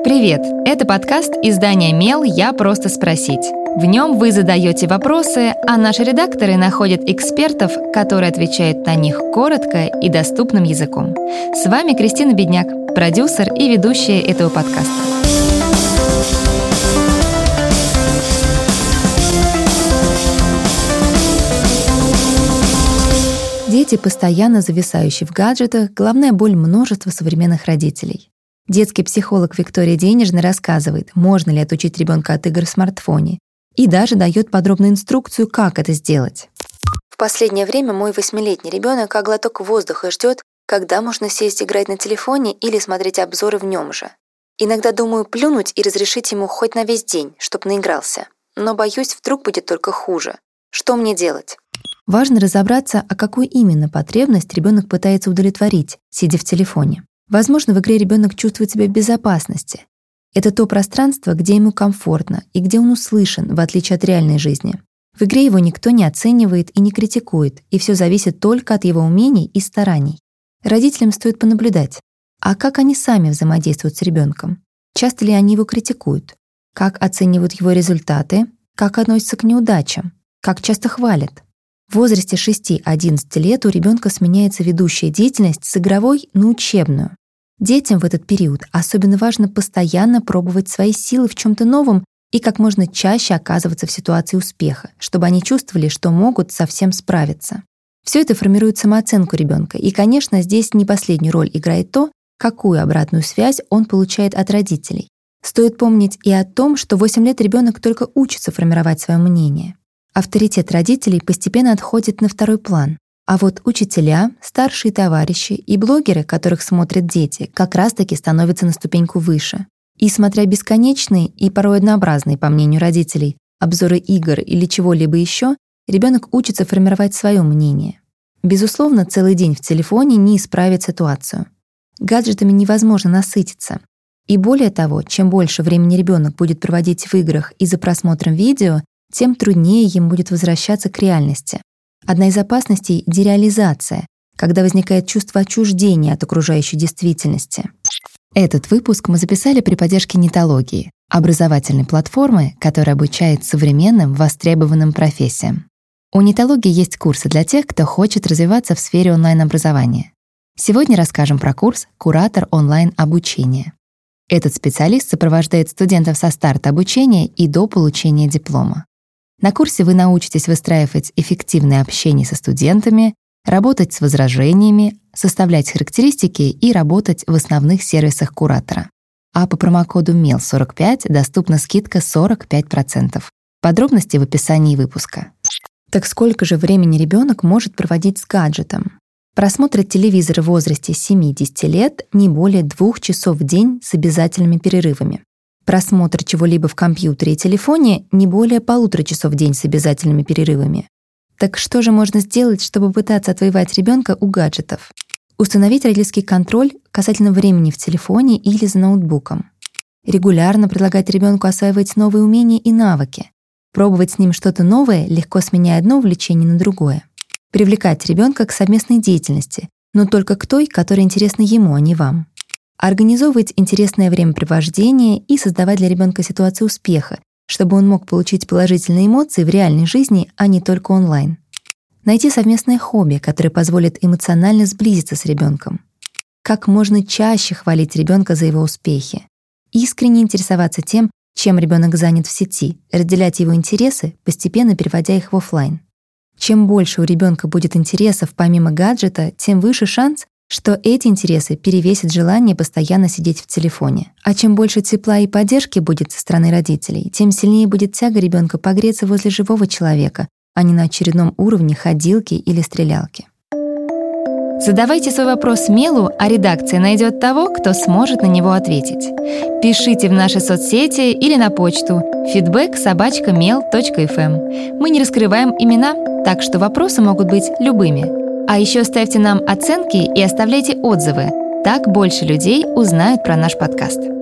Привет! Это подкаст издания «Мел. Я просто спросить». В нем вы задаете вопросы, а наши редакторы находят экспертов, которые отвечают на них коротко и доступным языком. С вами Кристина Бедняк, продюсер и ведущая этого подкаста. Дети, постоянно зависающие в гаджетах, головная боль множества современных родителей. Детский психолог Виктория Денежная рассказывает, можно ли отучить ребенка от игр в смартфоне, и даже дает подробную инструкцию, как это сделать. В последнее время мой 8-летний ребенок как глоток воздуха ждет, когда можно сесть играть на телефоне или смотреть обзоры в нем же. Иногда думаю плюнуть и разрешить ему хоть на весь день, чтоб наигрался. Но боюсь, вдруг будет только хуже. Что мне делать? Важно разобраться, а какую именно потребность ребенок пытается удовлетворить, сидя в телефоне. Возможно, в игре ребенок чувствует себя в безопасности. Это то пространство, где ему комфортно и где он услышан, в отличие от реальной жизни. В игре его никто не оценивает и не критикует, и все зависит только от его умений и стараний. Родителям стоит понаблюдать, а как они сами взаимодействуют с ребенком? Часто ли они его критикуют? Как оценивают его результаты? Как относятся к неудачам? Как часто хвалят? В возрасте 6-11 лет у ребенка сменяется ведущая деятельность с игровой на учебную. Детям в этот период особенно важно постоянно пробовать свои силы в чем-то новом и как можно чаще оказываться в ситуации успеха, чтобы они чувствовали, что могут со всем справиться. Все это формирует самооценку ребенка, и, конечно, здесь не последнюю роль играет то, какую обратную связь он получает от родителей. Стоит помнить и о том, что в 8 лет ребенок только учится формировать свое мнение. Авторитет родителей постепенно отходит на второй план. А вот учителя, старшие товарищи и блогеры, которых смотрят дети, как раз-таки становятся на ступеньку выше. И смотря бесконечные и порой однообразные, по мнению родителей, обзоры игр или чего-либо еще, ребенок учится формировать свое мнение. Безусловно, целый день в телефоне не исправит ситуацию. Гаджетами невозможно насытиться. И более того, чем больше времени ребенок будет проводить в играх и за просмотром видео, тем труднее им будет возвращаться к реальности. Одна из опасностей — дереализация, когда возникает чувство отчуждения от окружающей действительности. Этот выпуск мы записали при поддержке Нетологии, образовательной платформы, которая обучает современным востребованным профессиям. У Нетологии есть курсы для тех, кто хочет развиваться в сфере онлайн-образования. Сегодня расскажем про курс «Куратор онлайн-обучения». Этот специалист сопровождает студентов со старта обучения и до получения диплома. На курсе вы научитесь выстраивать эффективное общение со студентами, работать с возражениями, составлять характеристики и работать в основных сервисах куратора. А по промокоду MEL45 доступна скидка 45%. Подробности в описании выпуска. Так сколько же времени ребенок может проводить с гаджетом? Просмотр телевизора в возрасте 7-10 лет не более 2 часов в день с обязательными перерывами. Просмотр чего-либо в компьютере и телефоне не более 1,5 часов в день с обязательными перерывами. Так что же можно сделать, чтобы пытаться отвоевать ребенка у гаджетов? Установить родительский контроль касательно времени в телефоне или за ноутбуком. Регулярно предлагать ребенку осваивать новые умения и навыки. Пробовать с ним что-то новое, легко сменяя одно увлечение на другое. Привлекать ребенка к совместной деятельности, но только к той, которая интересна ему, а не вам. Организовывать интересное времяпрепровождение и создавать для ребенка ситуацию успеха, чтобы он мог получить положительные эмоции в реальной жизни, а не только онлайн. Найти совместное хобби, которое позволит эмоционально сблизиться с ребенком. Как можно чаще хвалить ребенка за его успехи. Искренне интересоваться тем, чем ребенок занят в сети, разделять его интересы, постепенно переводя их в офлайн. Чем больше у ребенка будет интересов помимо гаджета, тем выше шанс, что эти интересы перевесят желание постоянно сидеть в телефоне. А чем больше тепла и поддержки будет со стороны родителей, тем сильнее будет тяга ребенка погреться возле живого человека, а не на очередном уровне ходилки или стрелялки. Задавайте свой вопрос Мелу, а редакция найдет того, кто сможет на него ответить. Пишите в наши соцсети или на почту feedback@mel.fm. Мы не раскрываем имена, так что вопросы могут быть любыми. А еще ставьте нам оценки и оставляйте отзывы. Так больше людей узнают про наш подкаст.